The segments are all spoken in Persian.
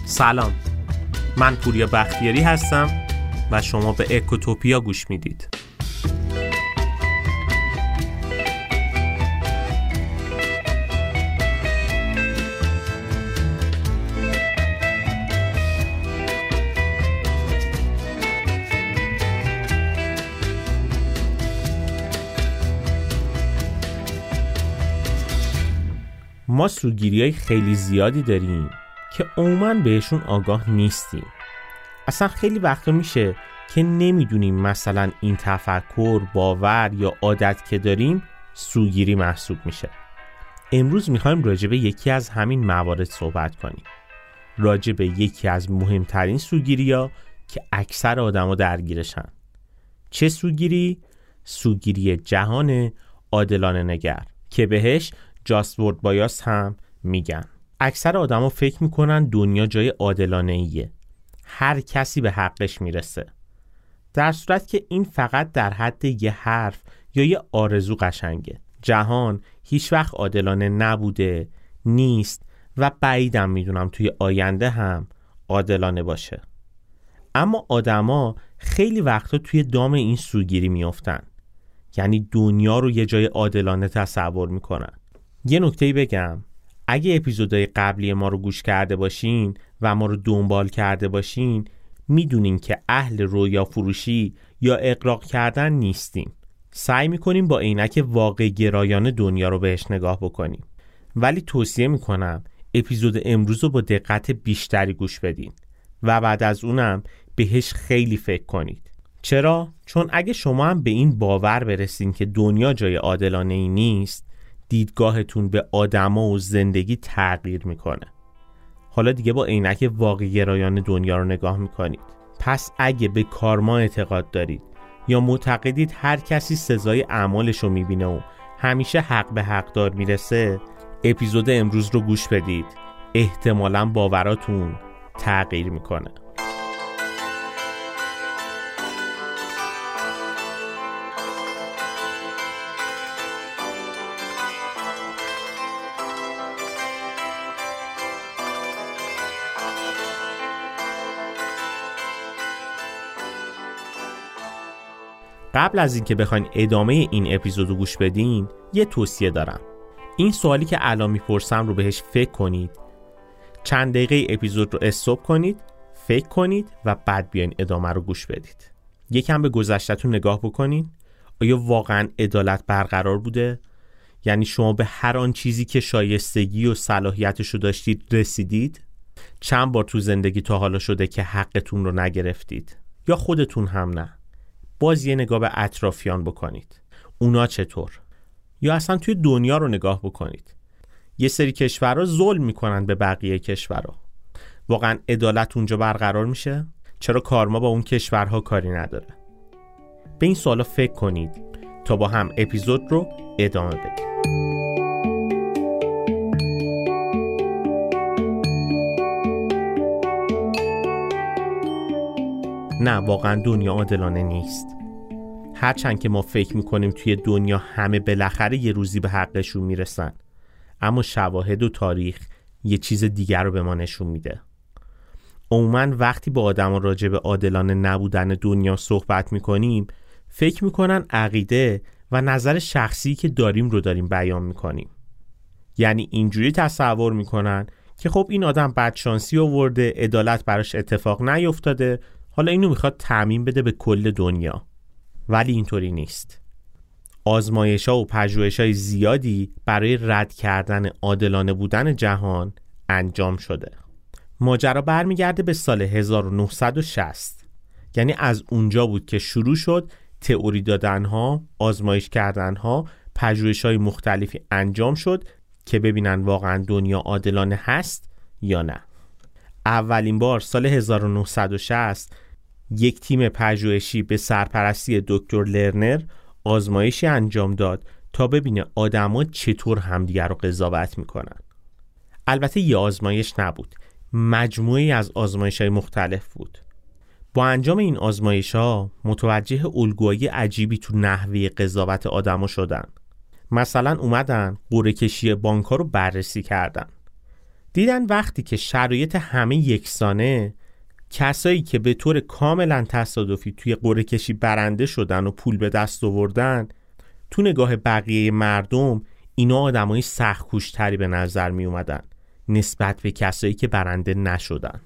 سلام، من پوریا بختیاری هستم و شما به اکوتوپیا گوش میدید. ما سوگیری‌های خیلی زیادی داریم که عموماً بهشون آگاه نیستیم. اصلا خیلی وقتا میشه که نمیدونیم مثلا این تفکر، باور یا عادت که داریم سوگیری محسوب میشه. امروز میخوایم راجع به یکی از همین موارد صحبت کنیم. راجع به یکی از مهمترین سوگیری‌ها که اکثر آدما درگیرشن. چه سوگیری؟ سوگیری جهان عادلانه نگر که بهش جاست ورد بایاس هم میگن. اکثر آدما فکر میکنن دنیا جای عادلانه ایه. هر کسی به حقش میرسه. در صورت که این فقط در حد یه حرف یا یه آرزو قشنگه. جهان هیچ وقت عادلانه نبوده، نیست و بعیدم میدونم توی آینده هم عادلانه باشه. اما آدما خیلی وقتا توی دام این سوگیری میافتن. یعنی دنیا رو یه جای عادلانه تصور میکنن. یه نکته‌ای بگم، اگه اپیزودهای قبلی ما رو گوش کرده باشین و ما رو دنبال کرده باشین میدونین که اهل رویا فروشی یا اغراق کردن نیستیم. سعی میکنیم با عینک واقع گرایانه دنیا رو بهش نگاه بکنیم. ولی توصیه میکنم اپیزود امروز رو با دقت بیشتری گوش بدین و بعد از اونم بهش خیلی فکر کنید. چرا؟ چون اگه شما هم به این باور برسین که دنیا جای عادلانه ای نیست، دیدگاهتون به آدما و زندگی تغییر میکنه. حالا دیگه با عینک واقع گرایانه دنیا رو نگاه میکنید. پس اگه به کارما اعتقاد دارید یا معتقدید هر کسی سزای اعمالش رو میبینه و همیشه حق به حقدار میرسه، اپیزود امروز رو گوش بدید. احتمالاً باوراتون تغییر میکنه. قبل از اینکه بخواین ادامه این اپیزودو گوش بدین، یه توصیه دارم. این سوالی که الان میپرسم رو بهش فکر کنید. چند دقیقه اپیزود رو استاپ کنید، فکر کنید و بعد بیاین ادامه رو گوش بدید. یکم به گذشته‌تون نگاه بکنین. آیا واقعا عدالت برقرار بوده؟ یعنی شما به هر آن چیزی که شایستگی و صلاحیتش رو داشتید رسیدید؟ چند بار تو زندگی تا حالا شده که حقتون رو نگرفتید؟ یا خودتون هم نه؟ باز یه نگاه به اطرافیان بکنید. اونا چطور؟ یا اصلا توی دنیا رو نگاه بکنید. یه سری کشورها ظلم میکنن به بقیه کشورها. واقعا عدالت اونجا برقرار میشه؟ چرا کارما با اون کشورها کاری نداره؟ به این سوالا فکر کنید تا با هم اپیزود رو ادامه بدیم. نه، واقعا دنیا عادلانه نیست. هرچند که ما فکر میکنیم توی دنیا همه بالاخره یه روزی به حقشون میرسن، اما شواهد و تاریخ یه چیز دیگر رو به ما نشون میده. عموماً وقتی با آدم راجع به عادلانه نبودن دنیا صحبت میکنیم، فکر میکنن عقیده و نظر شخصی که داریم رو داریم بیان میکنیم. یعنی اینجوری تصور میکنن که خب این آدم بدشانسی آورده، عدالت براش اتفاق نیفتاده، حالا اینو میخواد تعمیم بده به کل دنیا. ولی اینطوری نیست. آزمایش‌ها و پژوهش‌های زیادی برای رد کردن عادلانه بودن جهان انجام شده. ماجرا برمیگرده به سال 1960. یعنی از اونجا بود که شروع شد تئوری دادنها، آزمایش کردنها، پژوهش‌های مختلفی انجام شد که ببینن واقعا دنیا عادلانه هست یا نه. اولین بار سال 1960 یک تیم پژوهشی به سرپرستی دکتر لرنر آزمایشی انجام داد تا ببینه آدما چطور همدیگر رو قضاوت میکنن. البته یه آزمایش نبود، مجموعی از آزمایش‌های مختلف بود. با انجام این آزمایش‌ها متوجه الگوهای عجیبی تو نحوه قضاوت آدما شدن. مثلا اومدن قرعه کشی بانک‌ها رو بررسی کردن. دیدن وقتی که شرایط همه یکسانه، کسایی که به طور کاملا تصادفی توی قرعه کشی برنده شدن و پول به دست آوردن، تو نگاه بقیه مردم اینا آدمای سخت‌کوش‌تری به نظر می اومدن نسبت به کسایی که برنده نشدن.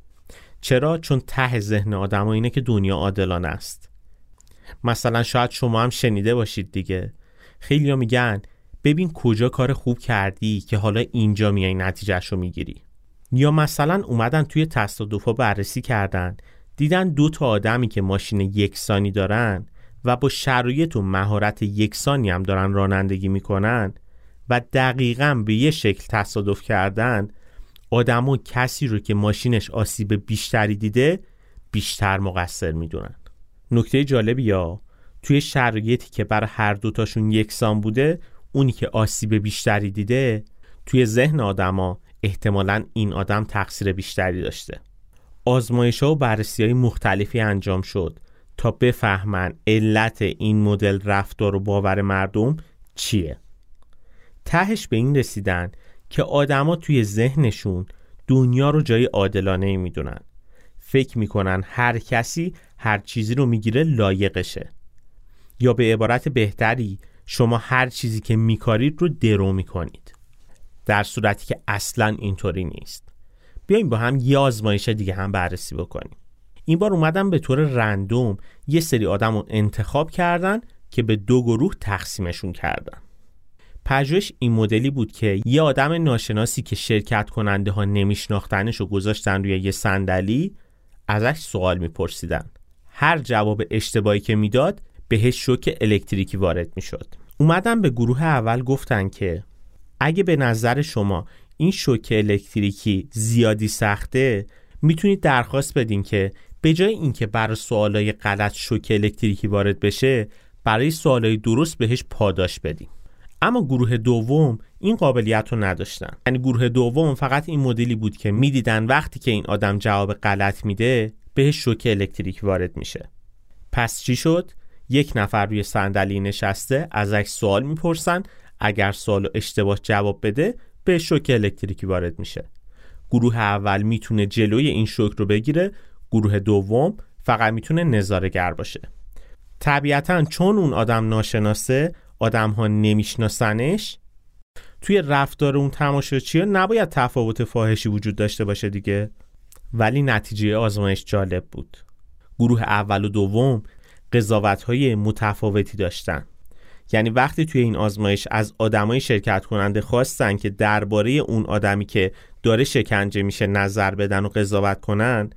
چرا؟ چون ته ذهن آدم‌ها اینه که دنیا عادلانه است. مثلا شاید شما هم شنیده باشید دیگه، خیلی‌ها میگن ببین کجا کار خوب کردی که حالا اینجا میای نتیجهشو میگیری. یا مثلا اومدن توی تصادفا بررسی کردن، دیدن 2 آدمی که ماشین یکسانی دارن و با شرایط و مهارت یکسانی هم دارن رانندگی میکنن و دقیقاً به یه شکل تصادف کردن، آدمو کسی رو که ماشینش آسیب بیشتری دیده بیشتر مقصر میدونن. نکته جالبی توی شرایطی که برای هر دوتاشون یکسان بوده، اونی که آسیب بیشتری دیده توی ذهن آدما احتمالاً این آدم تقصیر بیشتری داشته. آزمایش‌ها و بررسی‌های مختلفی انجام شد تا بفهمن علت این مدل رفتار و باور مردم چیه. تهش به این رسیدن که آدما توی ذهنشون دنیا رو جای عادلانه‌ای میدونن. فکر میکنن هر کسی هر چیزی رو میگیره لایقشه. یا به عبارت بهتری، شما هر چیزی که میکارید رو درو میکنید، در صورتی که اصلاً اینطوری نیست. بیاییم با هم یه آزمایش دیگه هم بررسی بکنیم. این بار اومدن به طور رندوم یه سری آدم رو انتخاب کردن که به 2 گروه تقسیمشون کردن. پژوهش این مدلی بود که یه آدم ناشناسی که شرکت کننده ها نمیشناختنش رو گذاشتن روی یه صندلی، ازش سوال میپرسیدن. هر جواب اشتباهی که میداد بهش شوک الکتریکی وارد میشد. اومدن به گروه اول گفتن که اگه به نظر شما این شوک الکتریکی زیادی سخته، میتونید درخواست بدین که به جای اینکه برای سوالای غلط شوک الکتریکی وارد بشه، برای سوالای درست بهش پاداش بدین. اما گروه دوم این قابلیت رو نداشتن. یعنی گروه دوم فقط این مدلی بود که میدیدن وقتی که این آدم جواب غلط میده بهش شوک الکتریکی وارد میشه. پس چی شد؟ یک نفر روی صندلی نشسته، ازش سوال میپرسن، اگر سوالو اشتباه جواب بده به شوک الکتریکی وارد میشه. گروه اول میتونه جلوی این شوک رو بگیره، گروه دوم فقط میتونه نظاره‌گر باشه. طبیعتاً چون اون آدم ناشناسه، آدم ها نمیشناسنش، توی رفتار اون تماشاچی نباید تفاوت فاحشی وجود داشته باشه دیگه. ولی نتیجه آزمایش جالب بود. گروه اول و دوم قضاوت‌های متفاوتی داشتن. یعنی وقتی توی این آزمایش از آدمای شرکت کننده خواستن که درباره اون آدمی که داره شکنجه میشه نظر بدن و قضاوت کنن،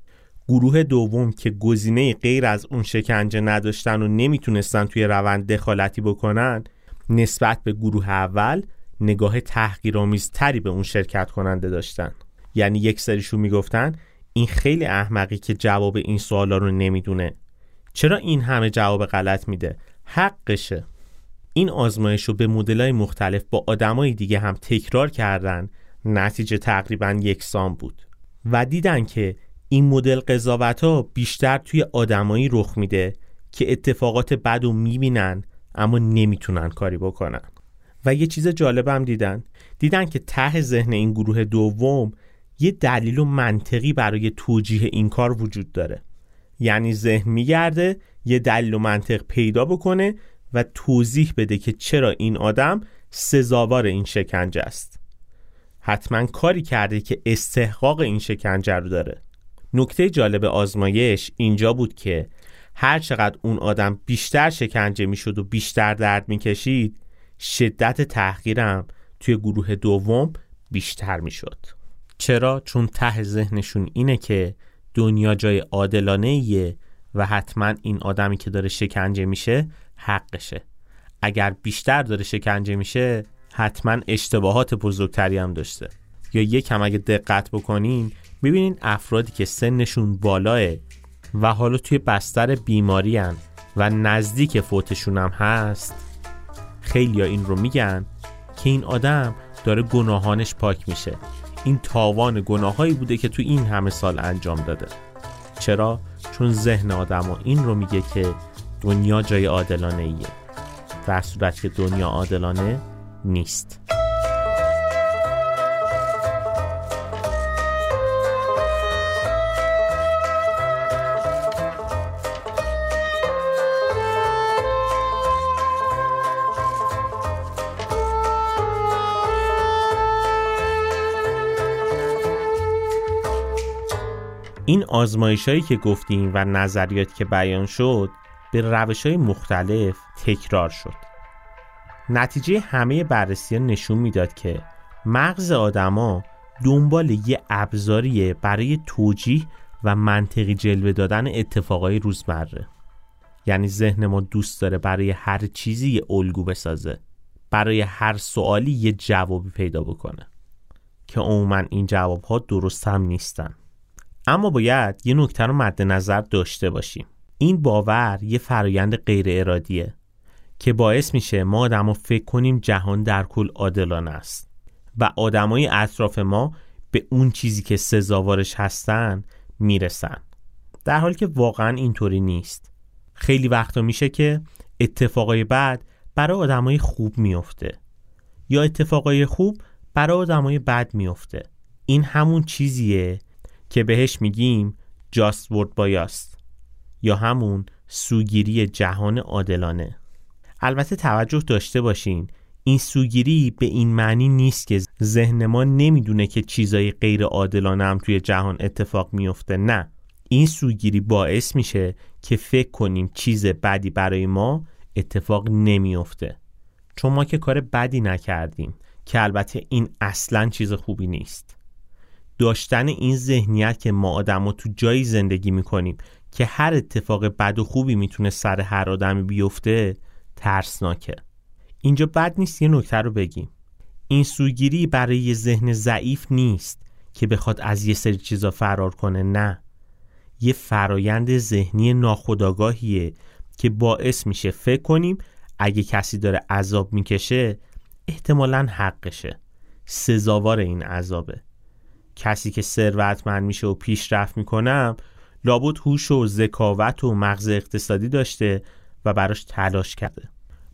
گروه دوم که گزینه غیر از اون شکنجه نداشتن و نمیتونستن توی روند دخالتی بکنن، نسبت به گروه اول نگاه تحقیرآمیزتری به اون شرکت کننده داشتن. یعنی یک سریشون میگفتن این خیلی احمقی که جواب این سوالا رو نمیدونه، چرا این همه جواب غلط میده، حقشه. این آزمایش رو به مدل‌های مختلف با آدمای دیگه هم تکرار کردن، نتیجه تقریباً یکسان بود و دیدن که این مدل قضاوت‌ها بیشتر توی آدمایی رخ میده که اتفاقات بد رو میبینن اما نمیتونن کاری بکنن. و یه چیز جالبم دیدن که ته ذهن این گروه دوم یه دلیل و منطقی برای توجیه این کار وجود داره. یعنی ذهن میگرده یه دلیل و منطق پیدا بکنه و توضیح بده که چرا این آدم سزاوار این شکنجه است. حتما کاری کرده که استحقاق این شکنجه رو داره. نکته جالب آزمایش اینجا بود که هر چقدر اون آدم بیشتر شکنجه میشد و بیشتر درد میکشید، شدت تحقیرم توی گروه دوم بیشتر میشد. چرا؟ چون ته ذهنشون اینه که دنیا جای عادلانه‌ایه و حتما این آدمی که داره شکنجه میشه حقشه. اگر بیشتر داره شکنجه میشه حتما اشتباهات بزرگتری هم داشته. یا یکم اگه دقت بکنین ببینین افرادی که سنشون بالاه و حالا توی بستر بیماری هن و نزدیک فوتشون هم هست، خیلی ها این رو میگن که این آدم داره گناهانش پاک میشه. این تاوان گناهایی بوده که تو این همه سال انجام داده. چرا؟ چون ذهن آدم این رو میگه که دنیا جای عادلانه ایه، در صورتی که دنیا عادلانه نیست. این آزمایش‌هایی که گفتیم و نظریات که بیان شد به روش‌های مختلف تکرار شد. نتیجه همه بررسی‌ها نشون میداد که مغز آدما دنبال یه ابزاریه برای توجیه و منطقی جلوه دادن اتفاقای روزمره. یعنی ذهن ما دوست داره برای هر چیزی یه الگو بسازه، برای هر سوالی یه جوابی پیدا بکنه که عموماً این جواب‌ها درست هم نیستن. اما باید یه نکته رو مد نظر داشته باشیم. این باور یه فرایند غیر ارادیه که باعث میشه ما آدما فکر کنیم جهان در کل عادلانه است و آدمای اطراف ما به اون چیزی که سزاوارش هستن میرسن، در حالی که واقعا اینطوری نیست. خیلی وقتا میشه که اتفاقای بد برای آدمای خوب میفته یا اتفاقای خوب برای آدمای بد میفته. این همون چیزیه که بهش میگیم just word bias یا همون سوگیری جهان عادلانه. البته توجه داشته باشین این سوگیری به این معنی نیست که ذهن ما نمیدونه که چیزای غیر عادلانه هم توی جهان اتفاق میفته. نه، این سوگیری باعث میشه که فکر کنیم چیز بدی برای ما اتفاق نمیفته، چون ما که کار بدی نکردیم، که البته این اصلاً چیز خوبی نیست. داشتن این ذهنیت که ما آدم‌ها تو جایی زندگی میکنیم که هر اتفاق بد و خوبی میتونه سر هر آدمی بیفته ترسناکه. اینجا بد نیست یه نکته رو بگیم. این سوگیری برای یه ذهن ضعیف نیست که بخواد از یه سری چیزا فرار کنه. نه، یه فرایند ذهنی ناخودآگاهیه که باعث میشه فکر کنیم اگه کسی داره عذاب میکشه احتمالاً حقشه، سزاوار این عذابه. کسی که ثروتمند میشه و پیشرفت میکنه لابد هوش و ذکاوت و مغز اقتصادی داشته و براش تلاش کرده.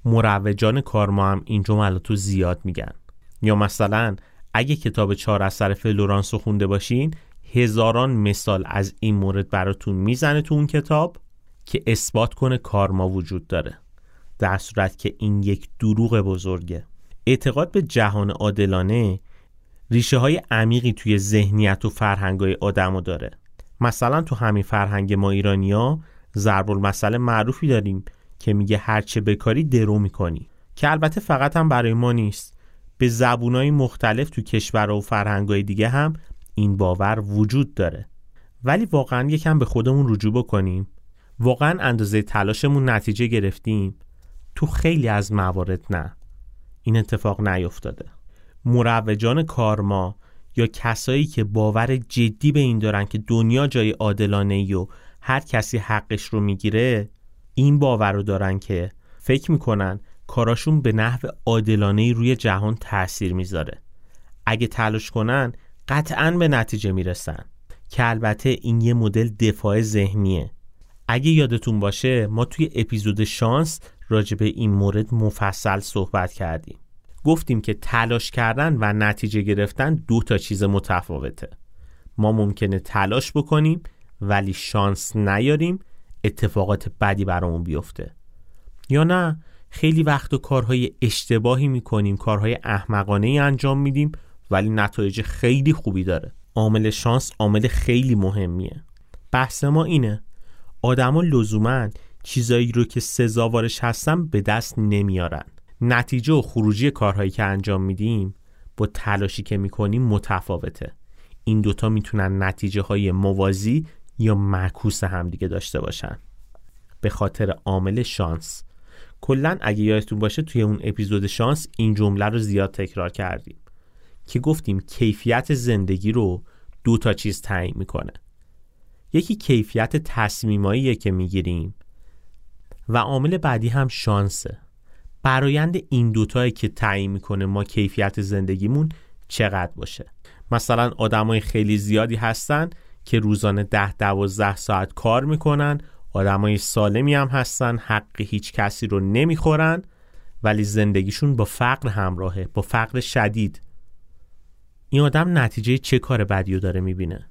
مروجان کارما هم این جملاتو زیاد میگن. یا مثلا اگه کتاب 4 اثر فلورانس رو خونده باشین، هزاران مثال از این مورد براتون میزنه تو اون کتاب که اثبات کنه کارما وجود داره، در صورت که این یک دروغ بزرگه. اعتقاد به جهان عادلانه ریشه های عمیقی توی ذهنیت و فرهنگ‌های آدمو داره. مثلا تو همین فرهنگ ما ایرانی‌ها ضرب المثل معروفی داریم که میگه هرچه بکاری درو میکنی، که البته فقط هم برای ما نیست، به زبونای مختلف تو کشورها و فرهنگ‌های دیگه هم این باور وجود داره. ولی واقعا یکم به خودمون رجوع بکنیم، واقعا اندازه تلاشمون نتیجه گرفتیم؟ تو خیلی از موارد نه، این اتفاق نیفتاده. مروجان کارما یا کسایی که باور جدی به این دارن که دنیا جای عادلانه‌ای و هر کسی حقش رو میگیره، این باور رو دارن که فکر میکنن کاراشون به نحو عادلانه‌ای روی جهان تأثیر میذاره. اگه تلاش کنن قطعاً به نتیجه میرسن، که البته این یه مدل دفاع ذهنیه. اگه یادتون باشه ما توی اپیزود شانس راجع به این مورد مفصل صحبت کردیم. گفتیم که تلاش کردن و نتیجه گرفتن 2 چیز متفاوته. ما ممکنه تلاش بکنیم ولی شانس نیاریم، اتفاقات بدی برامون بیفته. یا نه، خیلی وقت کارهای اشتباهی میکنیم، کارهای احمقانه‌ای انجام میدیم ولی نتایج خیلی خوبی داره. عامل شانس عامل خیلی مهمیه. بحث ما اینه آدما لزوماً چیزایی رو که سزاوارش هستن به دست نمیارن. نتیجه و خروجی کارهایی که انجام میدیم با تلاشی که میکنیم متفاوته. این 2 میتونن نتیجه های موازی یا معکوس هم دیگه داشته باشن به خاطر عامل شانس. کلاً اگه یادتون باشه توی اون اپیزود شانس این جمله رو زیاد تکرار کردیم که گفتیم کیفیت زندگی رو 2 چیز تعیین میکنه. یکی کیفیت تصمیماییه که میگیریم و عامل بعدی هم شانسه. برایند این 2 که تعیین میکنه ما کیفیت زندگیمون چقدر باشه. مثلا آدمای خیلی زیادی هستن که روزانه 10-12 ساعت کار میکنن، آدمای سالمی هم هستن، حق هیچ کسی رو نمیخورن ولی زندگیشون با فقر همراهه، با فقر شدید. این آدم نتیجه چه کار بدی رو داره میبینه؟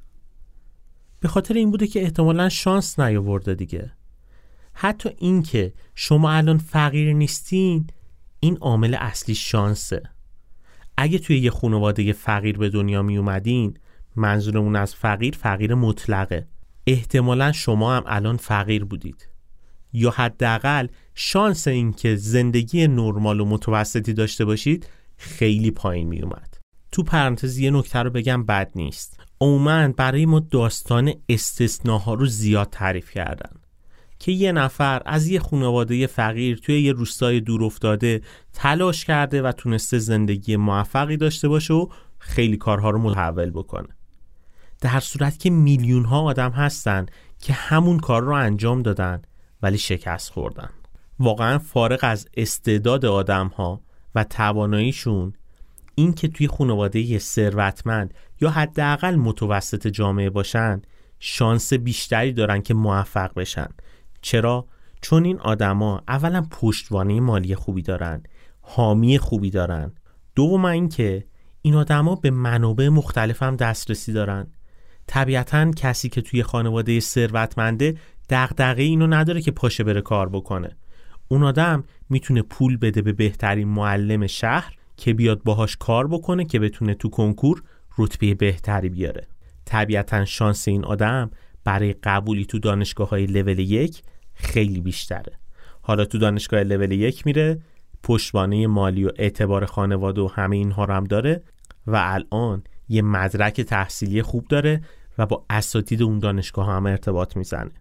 به خاطر این بوده که احتمالاً شانس نیاورده دیگه. حتی این که شما الان فقیر نیستین، این عامل اصلی شانسه. اگه توی یه خانواده فقیر به دنیا می اومدین، منظورمون از فقیر، فقیر مطلقه. احتمالاً شما هم الان فقیر بودید، یا حداقل شانس این که زندگی نرمال و متوسطی داشته باشید خیلی پایین می اومد. تو پرانتز یه نکته رو بگم، بد نیست. عموماً برای ما داستان استثناها رو زیاد تعریف کردن که یه نفر از یه خانواده فقیر توی یه روستای دور افتاده تلاش کرده و تونسته زندگی موفقی داشته باشه و خیلی کارها رو متحول بکنه، در صورتی که میلیون ها آدم هستن که همون کار رو انجام دادن ولی شکست خوردن. واقعا فارغ از استعداد آدم ها و تواناییشون، این که توی خانواده ثروتمند یا حداقل متوسط جامعه باشن شانس بیشتری دارن که موفق بشن. چرا؟ چون این آدما اولا پشتوانه مالی خوبی دارن، حامی خوبی دارن. دوما این که این آدما به منابع مختلف هم دسترسی دارن. طبیعتاً کسی که توی خانواده ثروتمنده دغدغه اینو نداره که پاشه بره کار بکنه. اون آدم میتونه پول بده به بهترین معلم شهر که بیاد باهاش کار بکنه که بتونه تو کنکور رتبه بهتری بیاره. طبیعتاً شانس این آدم برای قبولی تو دانشگاه‌های لول 1 خیلی بیشتره. حالا تو دانشگاه لول 1 میره، پشتوانه مالی و اعتبار خانواده و همه اینها رو هم داره و الان یه مدرک تحصیلی خوب داره و با اساتید اون دانشگاه هم ارتباط میزنه.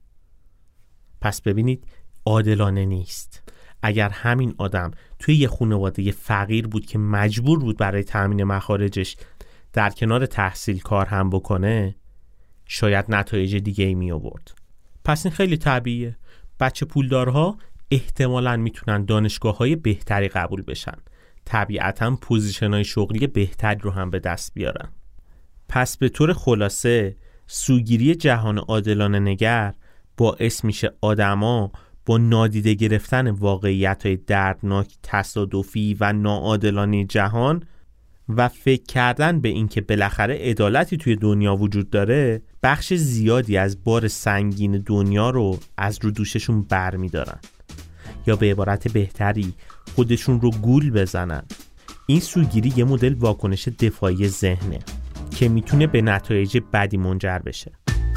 پس ببینید عادلانه نیست. اگر همین آدم توی یه خانواده فقیر بود که مجبور بود برای تامین مخارجش در کنار تحصیل کار هم بکنه، شاید نتایج دیگه ای می آورد. پس این خیلی طبیعیه. بچه پولدارها احتمالاً میتونن دانشگاه‌های بهتری قبول بشن. طبیعتاً پوزیشن‌های شغلی بهتری رو هم به دست بیارن. پس به طور خلاصه سوگیری جهان عادلانه نگر باعث میشه آدما با نادیده گرفتن واقعیت‌های دردناک، تصادفی و ناعادلانه جهان و فکر کردن به این که بالاخره عدالتی توی دنیا وجود داره، بخش زیادی از بار سنگین دنیا رو از رو دوششون بر می‌دارن، یا به عبارت بهتری خودشون رو گول بزنن. این سوگیری یه مدل واکنش دفاعی ذهنه که میتونه به نتایج بدی منجر بشه.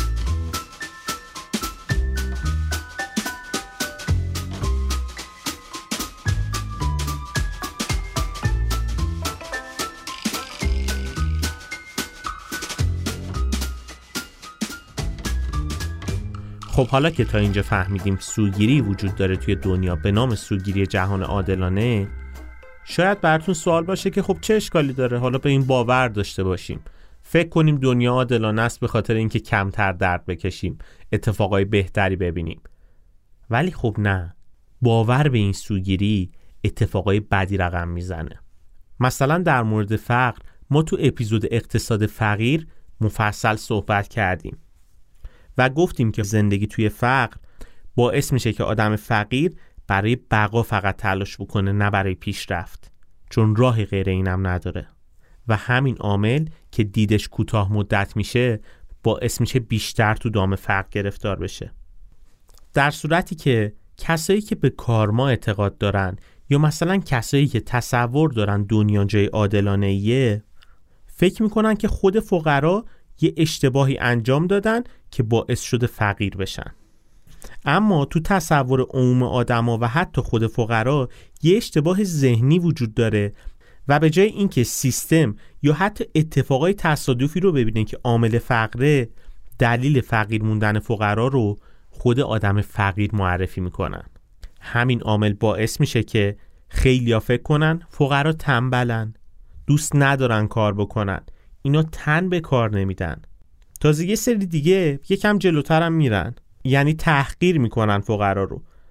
خب حالا که تا اینجا فهمیدیم سوگیری وجود داره توی دنیا به نام سوگیری جهان عادلانه، شاید براتون سوال باشه که خب چه اشکالی داره حالا به این باور داشته باشیم، فکر کنیم دنیا عادلانه است به خاطر اینکه کمتر درد بکشیم، اتفاقای بهتری ببینیم. ولی خب نه، باور به این سوگیری اتفاقای بدی رقم میزنه. مثلا در مورد فقر ما تو اپیزود اقتصاد فقیر مفصل صحبت کردیم و گفتیم که زندگی توی فقر باعث میشه که آدم فقیر برای بقا فقط تلاش بکنه، نه برای پیشرفت، چون راهی غیر اینم نداره و همین عامل که دیدش کوتاه مدت میشه باعث میشه بیشتر تو دام فقر گرفتار بشه. در صورتی که کسایی که به کارما اعتقاد دارن یا مثلا کسایی که تصور دارن دنیا جای عادلانه‌ایه، فکر میکنن که خود فقرا یه اشتباهی انجام دادن که باعث شده فقیر بشن. اما تو تصور عموم آدما و حتی خود فقرا یه اشتباه ذهنی وجود داره و به جای اینکه سیستم یا حتی اتفاقای تصادفی رو ببینن که عامل فقره، دلیل فقیر موندن فقرا رو خود آدم فقیر معرفی میکنن. همین عامل باعث میشه که خیلیا فکر کنن فقرا تنبلن، دوست ندارن کار بکنن، اینا تن به کار نمیدن. تازه یه سری دیگه یکم جلوتر هم میرن، یعنی تحقیر میکنن فقرا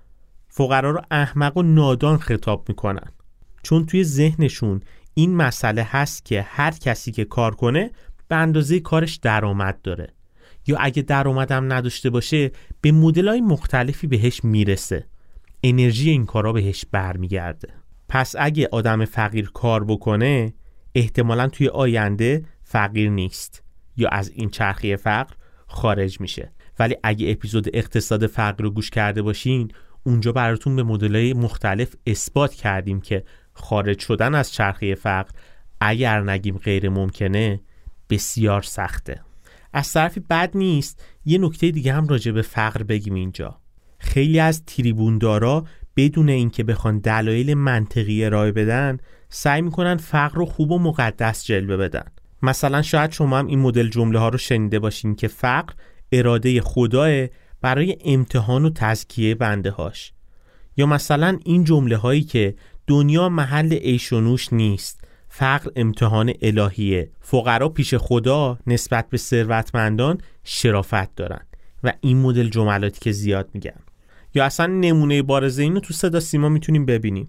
رو احمق و نادان خطاب میکنن، چون توی ذهنشون این مسئله هست که هر کسی که کار کنه به اندازه کارش درآمد داره، یا اگه درآمدم نداشته باشه به مدل‌های مختلفی بهش میرسه، انرژی این کارا بهش برمیگرده. پس اگه آدم فقیر کار بکنه احتمالاً توی آینده فقیر نیست یا از این چرخه فقر خارج میشه. ولی اگه اپیزود اقتصاد فقر رو گوش کرده باشین، اونجا براتون به مدل‌های مختلف اثبات کردیم که خارج شدن از چرخه فقر اگر نگیم غیر ممکنه، بسیار سخته. از طرفی بد نیست یه نکته دیگه هم راجع به فقر بگیم اینجا. خیلی از تریبوندارا بدون اینکه بخوان دلایل منطقی ارائه بدن سعی میکنن فقر رو خوب و مقدس جلوه بدن. مثلا شاید شما هم این مدل جمله ها رو شنیده باشین که فقر اراده خداه برای امتحان و تزکیه بنده هاش. یا مثلا این جمله هایی که دنیا محل عیش و نوش نیست، فقر امتحان الهیه، فقرا پیش خدا نسبت به ثروتمندان شرافت دارن و این مدل جملاتی که زیاد میگن. یا اصلا نمونه بارز اینو تو صدا سیما میتونیم ببینیم.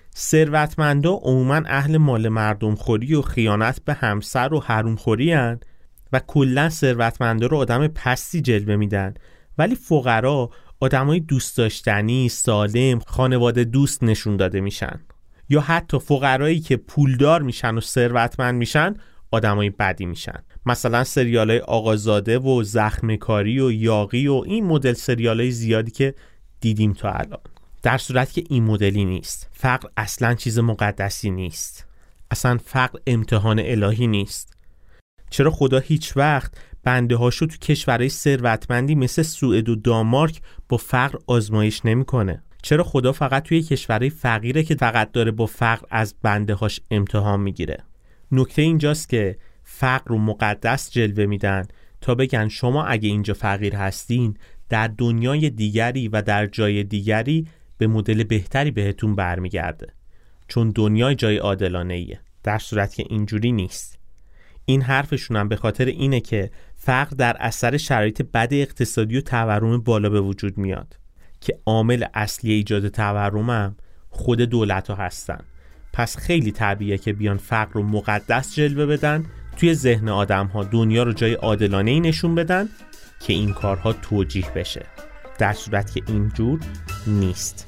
ثروتمندا عموما اهل مال مردم خوری و خیانت به همسر و حروم خوری هن و کلا ثروتمندا رو آدم پستی جلوه میدن، ولی فقرا آدمای دوست داشتنی، سالم، خانواده دوست نشون داده میشن. یا حتی فقرایی که پولدار میشن و ثروتمند میشن آدمای بدی میشن. مثلا سریالای آقازاده و زخمکاری و یاغی و این مدل سریالای زیادی که دیدیم تا الان. در صورتی که این مدلی نیست. فقر اصلا چیز مقدسی نیست. اصلا فقر امتحان الهی نیست. چرا خدا هیچ وقت بنده هاشو تو کشورهای ثروتمندی مثل سوئد و دانمارک با فقر آزمایش نمیکنه؟ چرا خدا فقط توی کشورهای فقیره که فقط داره با فقر از بنده هاش امتحان میگیره؟ نکته اینجاست که فقر رو مقدس جلوه میدن تا بگن شما اگه اینجا فقیر هستین در دنیای دیگری و در جای دیگری به مدل بهتری بهتون برمیگرده، چون دنیای جای عادلانه ایه، در صورتی که اینجوری نیست. این حرفشون هم به خاطر اینه که فقر در اثر شرایط بد اقتصادی و تورم بالا به وجود میاد که عامل اصلی ایجاد تورم هم خود دولت ها هستن. پس خیلی طبیعیه که بیان فقر رو مقدس جلوه بدن، توی ذهن آدم ها دنیا رو جای عادلانه ای نشون بدن که این کارها توجیه بشه، در صورتی که اینجور نیست.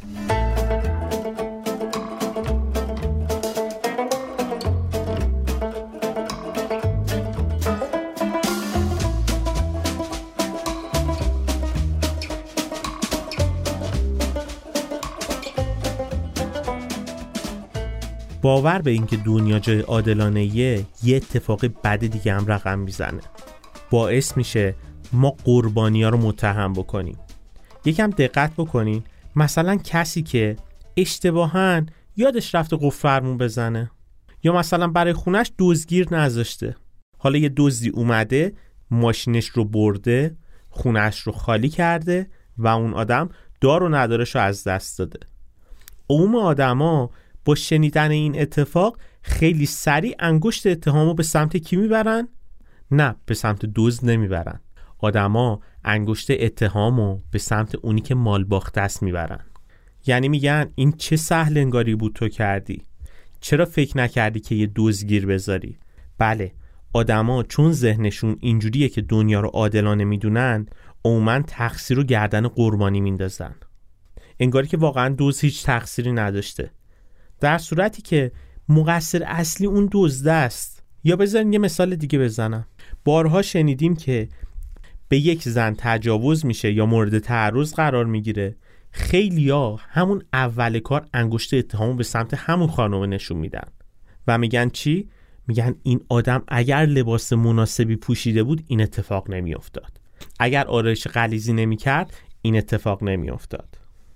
باور به این که دنیا جای عادلانه‌ایه یه اتفاق بد دیگه هم رقم میزنه. باعث میشه ما قربانی‌ها رو متهم بکنیم. یکم دقت بکنین، مثلا کسی که اشتباهاً یادش رفته قفل فرمون بزنه، یا مثلا برای خونش دزدگیر نذاشته، حالا یه دزدی اومده ماشینش رو برده، خونش رو خالی کرده و اون آدم دار و ندارش رو از دست داده. عموم آدما با شنیدن این اتفاق خیلی سریع انگشت اتهامو به سمت کی میبرن؟ نه، به سمت دزد نمیبرن. آدما انگشت اتهامو به سمت اونی که مال باخته است میبرن. یعنی میگن این چه سهل انگاری بود تو کردی، چرا فکر نکردی که یه دزدگیر بذاری؟ بله، آدما چون ذهنشون اینجوریه که دنیا رو عادلانه میدونن، عموما تقصیر رو گردن قربانی میندازن، انگاری که واقعا دزد هیچ تقصیری نداشته، در صورتی که مقصر اصلی اون دزده است. یا بذارین یه مثال دیگه بزنم. بارها شنیدیم که به یک زن تجاوز میشه یا مورد تعرض قرار میگیره، خیلیا همون اول کار انگشت اتهامو به سمت همون خانم نشون میدن و میگن چی؟ میگن این آدم اگر لباس مناسبی پوشیده بود این اتفاق نمیافتاد، اگر آرایش غلیظی نمیکرد این اتفاق نمیافتاد.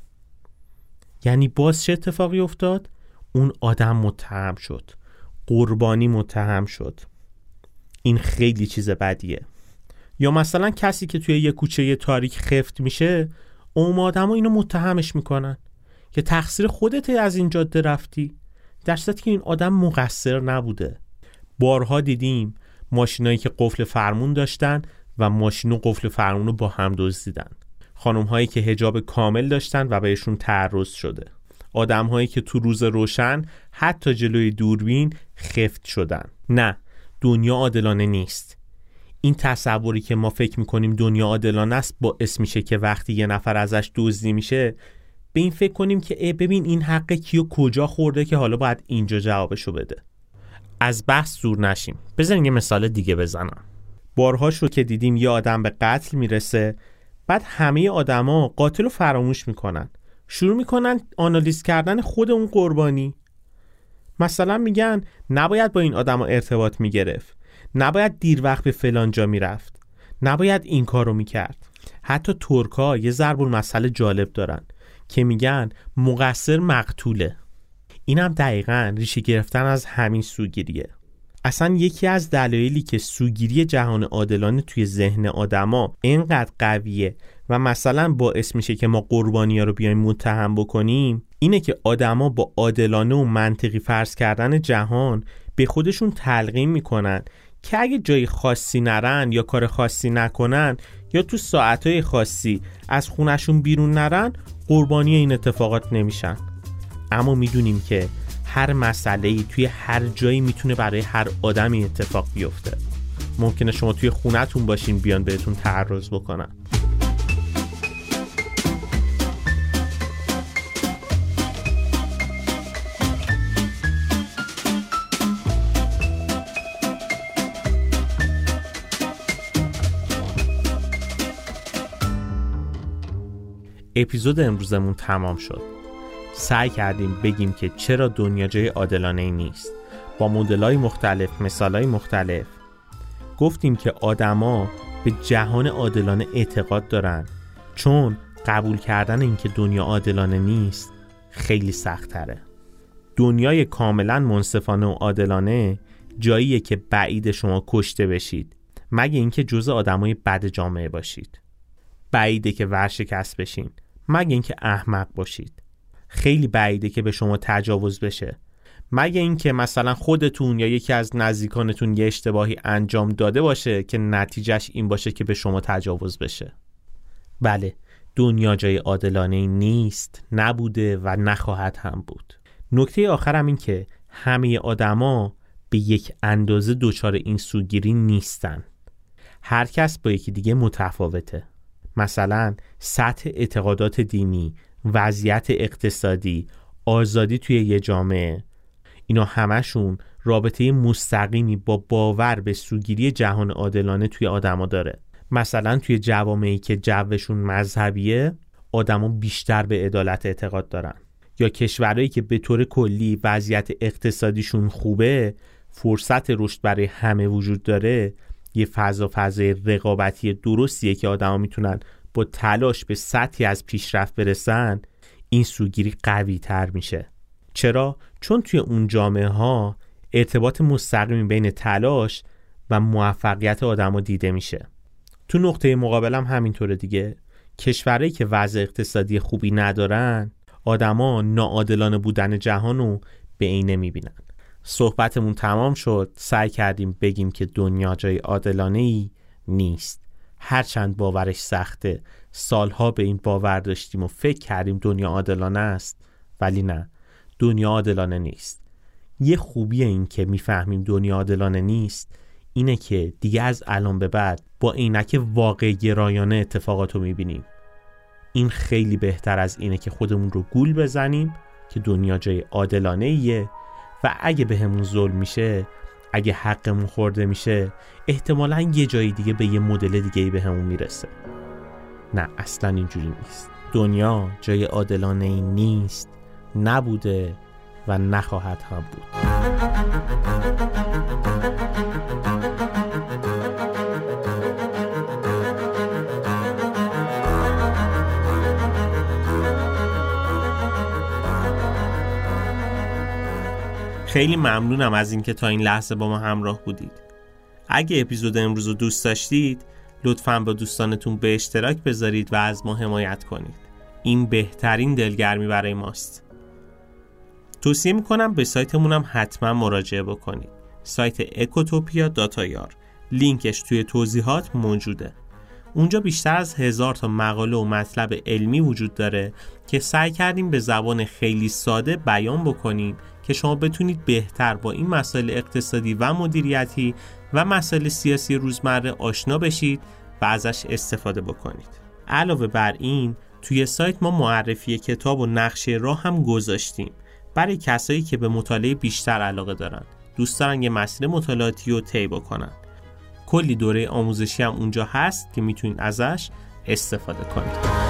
یعنی باز چه اتفاقی افتاد؟ اون آدم متهم شد، قربانی متهم شد. این خیلی چیز بدیه. یا مثلا کسی که توی یه کوچه تاریک خفت میشه، اون آدم ها اینو متهمش میکنن که تقصیر خودته از این جاده رفتی، در صورتی که این آدم مقصر نبوده. بارها دیدیم ماشینایی که قفل فرمون داشتن و ماشین و قفل فرمون رو با هم دزدیدن، خانم هایی که حجاب کامل داشتن و بهشون تعرض شده، آدم هایی که تو روز روشن حتی جلوی دوربین خفت شدن. نه، دنیا عادلانه نیست. این تصوری که ما فکر میکنیم دنیا عادلانه است باعث میشه که وقتی یه نفر ازش دزدی میشه به این فکر کنیم که ببین این حق کیو کجا خورده که حالا باید اینجا جوابشو بده. از بحث دور نشیم. بذارین یه مثال دیگه بزنم. بارها شد که دیدیم یه آدم به قتل میرسه، بعد همه آدما قاتل رو فراموش میکنن، شروع میکنن آنالیز کردن خود اون قربانی. مثلا میگن نباید با این آدما ارتباط میگرفت، نباید دیر وقت به فلان جا میرفت، نباید این کارو میکرد. حتی ترکا یه ضرب المثل جالب دارن که میگن مقصر مقتوله. اینم دقیقاً ریشه گرفتن از همین سوگیریه. اصلا یکی از دلایلی که سوگیری جهان عادلانه توی ذهن آدما اینقدر قویه و مثلا باعث میشه که ما قربانی‌ها رو بیایم متهم بکنیم اینه که آدما با عادلانه و منطقی فرض کردن جهان به خودشون تلقین میکنن که اگه جای خاصی نرن یا کار خاصی نکنن یا تو ساعتهای خاصی از خونشون بیرون نرن قربانی این اتفاقات نمیشن. اما میدونیم که هر مسئله‌ای توی هر جایی میتونه برای هر آدمی اتفاق بیفته. ممکنه شما توی خونتون باشین بیان بهتون تعرض بکنن. اپیزود امروزمون تمام شد. سعی کردیم بگیم که چرا دنیا جای عادلانه‌ای نیست. با مدل‌های مختلف، مثال‌های مختلف گفتیم که آدما به جهان عادلانه اعتقاد دارن چون قبول کردن این که دنیا عادلانه نیست خیلی سخت‌تره. دنیای کاملاً منصفانه و عادلانه جاییه که بعید شما کشته بشید، مگه اینکه جزء آدمای بد جامعه باشید. بعیده که ورشکست بشین، مگه اینکه احمق باشید. خیلی بعیده که به شما تجاوز بشه، مگه اینکه مثلا خودتون یا یکی از نزدیکانتون یه اشتباهی انجام داده باشه که نتیجهش این باشه که به شما تجاوز بشه. بله، دنیا جای عادلانه نیست، نبوده و نخواهد هم بود. نکته آخرم این که همه آدما به یک اندازه دچار این سوگیری نیستن. هر کس با یکی دیگه متفاوته. مثلا سطح اعتقادات دینی، وضعیت اقتصادی، آزادی توی یه جامعه، اینا همشون رابطه مستقیمی با باور به سوگیری جهان عادلانه توی آدما داره. مثلا توی جوامعی که جوشون مذهبیه آدما بیشتر به عدالت اعتقاد دارن، یا کشورهایی که به طور کلی وضعیت اقتصادیشون خوبه، فرصت رشد برای همه وجود داره، یه فضای رقابتی درستیه که آدما میتونن با تلاش به سطحی از پیشرفت برسن. این سوگیری قوی تر میشه. چرا؟ چون توی اون جامعه ها ارتباط مستقیمی بین تلاش و موفقیت آدما دیده میشه. تو نقطه مقابل هم همینطوره دیگه. کشورهایی که وضع اقتصادی خوبی ندارن آدما ناعادلانه بودن جهانو به عینه میبینن. صحبتمون تمام شد. سعی کردیم بگیم که دنیا جای عادلانه‌ای نیست. هرچند باورش سخته، سالها به این باور داشتیم و فکر کردیم دنیا عادلانه است، ولی نه، دنیا عادلانه نیست. یه خوبی این که میفهمیم دنیا عادلانه نیست اینه که دیگه از الان به بعد با عینک واقع گرایانه اتفاقاتو میبینیم. این خیلی بهتر از اینه که خودمون رو گول بزنیم که دنیا جای عادلانه ایه و اگه به همون ظلم میشه، اگه حقمون خورده میشه، احتمالاً یه جای دیگه به یه مدل دیگه‌ای به همون میرسه. نه، اصلاً اینجوری نیست. دنیا جای عادلانه ای نیست، نبوده و نخواهد هم بود. خیلی ممنونم از اینکه تا این لحظه با ما همراه بودید. اگه اپیزود امروز رو دوست داشتید لطفاً با دوستانتون به اشتراک بذارید و از ما حمایت کنید. این بهترین دلگرمی برای ماست. توصیه میکنم به سایتمونم حتما مراجعه بکنید. سایت ecotopia.ir، لینکش توی توضیحات موجوده. اونجا بیشتر از 1000 تا مقاله و مطلب علمی وجود داره که سعی کردیم به زبان خیلی ساده بیان بکنیم که شما بتونید بهتر با این مسائل اقتصادی و مدیریتی و مسائل سیاسی روزمره آشنا بشید و ازش استفاده بکنید. علاوه بر این توی سایت ما معرفی کتاب و نقشه راه هم گذاشتیم برای کسایی که به مطالعه بیشتر علاقه دارن، دوست دارن یه مسیر مطالعاتی رو طی بکنن. کلی دوره آموزشی هم اونجا هست که میتونید ازش استفاده کنید.